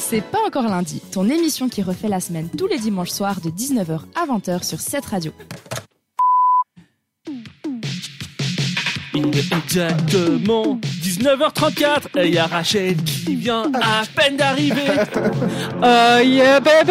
C'est pas encore lundi, ton émission qui refait la semaine tous les dimanches soirs de 19h à 20h sur cette radio. Il est exactement 19h34 et il y a Rachel qui vient à peine d'arriver. Oh yeah baby.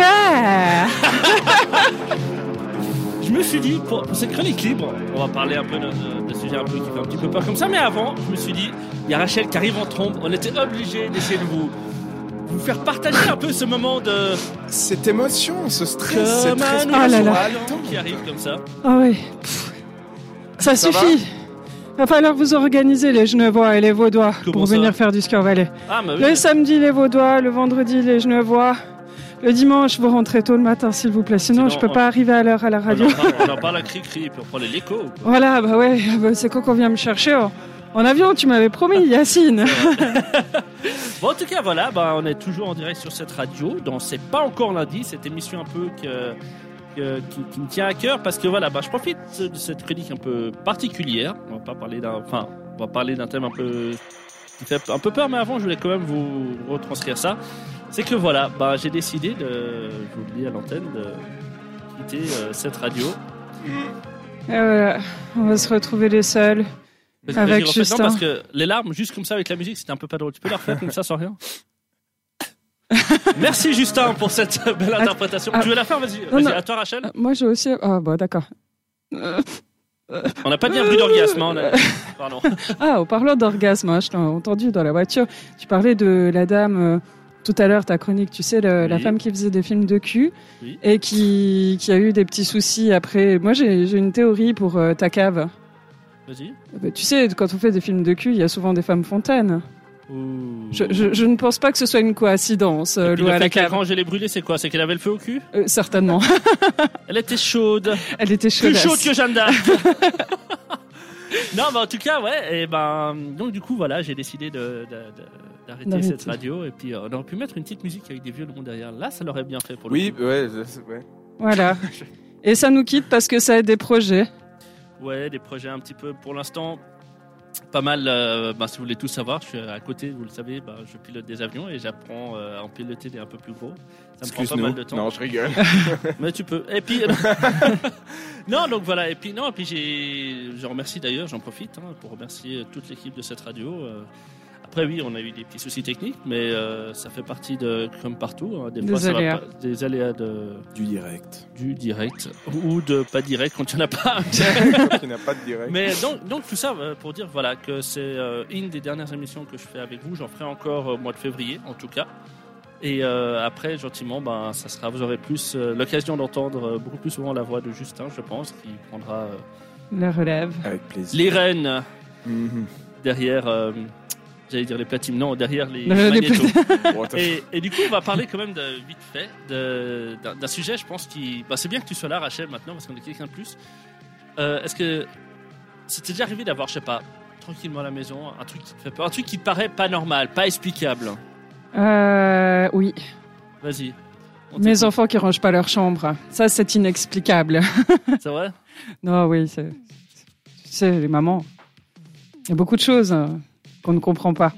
Je me suis dit, pour cette chronique libre, on va parler un peu de sujets un peu qui fait un petit peu peur comme ça, mais avant, je me suis dit, il y a Rachel qui arrive en trombe, on était obligé d'essayer de vous faire partager un peu ce moment de... Cette émotion, ce stress, cette respiration qui arrive comme ça. Ah oui. Ça suffit. Il va falloir vous organiser les Genevois et les Vaudois pour venir faire du Score Valley. Ah, bah oui. Le samedi, les Vaudois, le vendredi, les Genevois. Le dimanche, vous rentrez tôt le matin, s'il vous plaît. Sinon je peux pas arriver à l'heure à la radio. On en parle à cri-cri, puis on prend l'écho. Voilà, bah ouais, c'est quoi qu'on vient me chercher en avion, tu m'avais promis, Yacine. Bon, en tout cas, voilà, on est toujours en direct sur cette radio. Donc, c'est pas encore lundi, cette émission un peu qui me tient à cœur parce que voilà, je profite de cette chronique un peu particulière. On va parler d'un thème un peu qui fait un peu peur, mais avant, je voulais quand même vous retranscrire ça. C'est que voilà, j'ai décidé je vous le dis à l'antenne, de quitter cette radio. Et voilà, on va se retrouver les seuls. Avec Justin. Non, parce que les larmes, juste comme ça avec la musique, c'était un peu pas drôle. Tu peux la refaire comme ça sans rien? Merci Justin pour cette belle interprétation. Tu veux la faire? Vas-y, à toi Rachel. Moi j'ai aussi... Ah bon, d'accord. On n'a pas dit un bruit d'orgasme. Pardon. Ah, en parlant d'orgasme, je t'ai entendu dans la voiture. Tu parlais de la dame... Tout à l'heure, ta chronique, tu sais, la femme qui faisait des films de cul et qui a eu des petits soucis après. Moi, j'ai une théorie pour ta cave. Vas-y. Tu sais, quand on fait des films de cul, il y a souvent des femmes fontaines. Je ne pense pas que ce soit une coïncidence. Le fait qu'elle range et les brûlés, c'est quoi? C'est qu'elle avait le feu au cul? Certainement. Elle était chaude. Elle était chaude. Plus chaude que Jeanne d'Arc. Non, en tout cas, ouais. Et donc du coup, voilà, j'ai décidé d'arrêter cette radio et puis on aurait pu mettre une petite musique avec des violons derrière. Là, ça l'aurait bien fait pour le coup. Ouais. Voilà. Et ça nous quitte parce que ça a des projets. Ouais, des projets un petit peu pour l'instant. Pas mal, si vous voulez tout savoir, je suis à côté, vous le savez, je pilote des avions et j'apprends à en piloter des un peu plus gros. Ça me prend pas mal de temps. Non, je rigole. Mais tu peux. Et puis, non, donc voilà. Et puis je remercie d'ailleurs, j'en profite pour remercier toute l'équipe de cette radio. Après, oui, on a eu des petits soucis techniques, mais ça fait partie comme partout. Des fois, des aléas du direct. Du direct. Ou de pas direct quand il n'y en a pas. Quand il n'y en a pas de direct. Mais donc tout ça pour dire voilà, que c'est une des dernières émissions que je fais avec vous. J'en ferai encore au mois de février, en tout cas. Et après, gentiment, vous aurez plus l'occasion d'entendre beaucoup plus souvent la voix de Justin, je pense, qui prendra la relève. Avec plaisir. Les rênes derrière... J'allais dire les platines, non, derrière les magnétos. Et du coup, on va parler quand même vite fait d'un sujet, je pense, qui... c'est bien que tu sois là, Rachel, maintenant, parce qu'on est quelqu'un de plus. Est-ce que c'était déjà arrivé d'avoir, je sais pas, tranquillement à la maison, un truc qui te fait peur, un truc qui te paraît pas normal, pas explicable? Oui. Vas-y. Mes enfants qui rangent pas leur chambre. Ça, c'est inexplicable. C'est vrai? Non, oui, tu sais, les mamans. Il y a beaucoup de choses... qu'on ne comprend pas.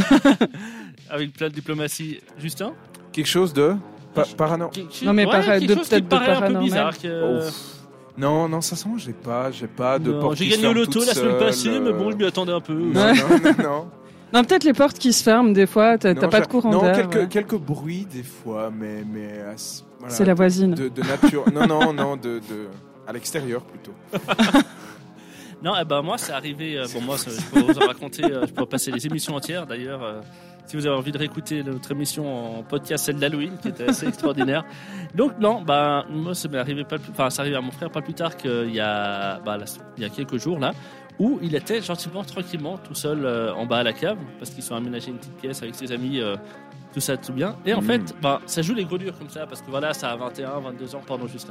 Avec plein de diplomatie. Justin? Quelque chose de parano. Non, mais quelque chose qui te paraît un peu bizarre. Non, ça sent, j'ai pas de porte qui se ferme. J'ai gagné au loto la semaine passée, mais bon, je m'y attendais un peu. Non. Non, peut-être les portes qui se ferment des fois, t'as pas de courant d'air. Non, quelques bruits des fois, mais voilà, c'est la voisine. De nature. Non, de à l'extérieur plutôt. Non, moi, c'est arrivé. Moi, je peux vous en raconter. Je peux passer les émissions entières. D'ailleurs, si vous avez envie de réécouter notre émission en podcast, celle d'Halloween, qui était assez extraordinaire. Donc, non, moi, ça m'est arrivé ça arrivé à mon frère pas plus tard qu'il y a quelques jours là, où il était gentiment, tranquillement, tout seul en bas à la cave, parce qu'ils sont aménagés une petite pièce avec ses amis. Tout ça, tout bien. Et en fait, ça joue les gros durs comme ça, parce que voilà, ça a 21, 22 ans, pardon, Justin.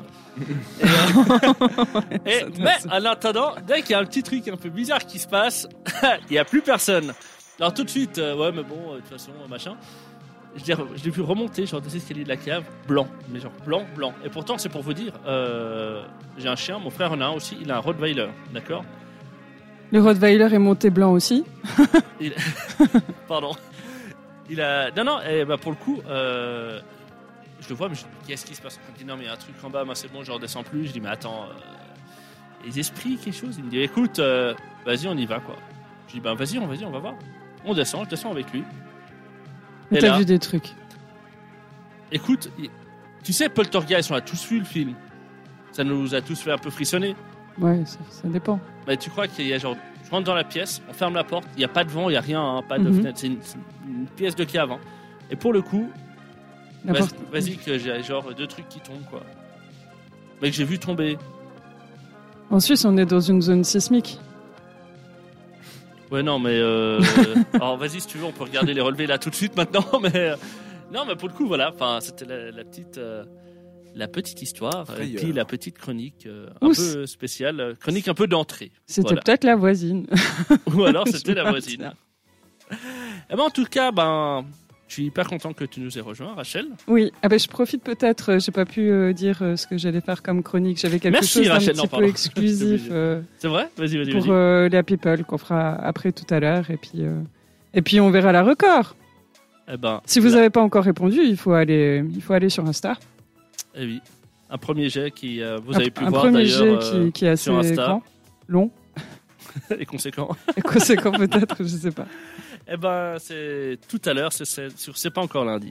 Mais en attendant, dès qu'il y a un petit truc un peu bizarre qui se passe, il n'y a plus personne. Alors tout de suite, ouais, mais bon, de toute façon, machin. Je l'ai vu remonter, genre des escaliers de la cave, blanc. Mais genre blanc. Et pourtant, c'est pour vous dire, j'ai un chien, mon frère en a un aussi, il a un Rottweiler, d'accord? Le Rottweiler est monté blanc aussi. Pardon. il a... Non, pour le coup, je le vois, mais je dis, qu'est-ce qui se passe? Il me dit, non, mais il y a un truc en bas, moi c'est bon, je redescends plus. Je dis, mais attends, les esprits, quelque chose? Il me dit, écoute, vas-y, on y va, quoi. Je dis, ben vas-y, on va voir. Je descends avec lui. Mais t'as vu des trucs? Écoute, tu sais, Poltergeist, on a tous vu le film. Ça nous a tous fait un peu frissonner. Ouais, ça dépend. Mais tu crois qu'il y a genre... Je rentre dans la pièce, on ferme la porte, il n'y a pas de vent, il n'y a rien, hein, pas de fenêtre. C'est une pièce de cave. Hein. Et pour le coup, vas-y que j'ai genre 2 trucs qui tombent, quoi. Mais que j'ai vu tomber. En Suisse, on est dans une zone sismique. Ouais, non, mais... alors, vas-y, si tu veux, on peut regarder les relevés là tout de suite maintenant, mais... Non, mais pour le coup, voilà, c'était la petite histoire, et puis la petite chronique un peu spéciale, chronique un peu d'entrée. C'était peut-être la voisine. Ou alors c'était la voisine. Et ben, en tout cas, je suis hyper content que tu nous aies rejoint, Rachel. Oui, je profite peut-être, j'ai pas pu dire ce que j'allais faire comme chronique, j'avais quelque chose d'un petit peu exclusif. C'est vrai? Vas-y. Pour la People qu'on fera après tout à l'heure, et puis on verra la record. Si vous n'avez pas encore répondu, il faut aller sur Insta. Eh oui, un premier jet qui vous avez pu voir d'ailleurs. Un premier jet qui est assez grand, long. Et conséquent. Et conséquent peut-être, je sais pas. Eh ben, c'est tout à l'heure, c'est pas encore lundi.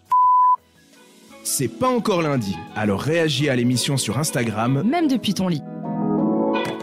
C'est pas encore lundi, alors réagis à l'émission sur Instagram. Même depuis ton lit.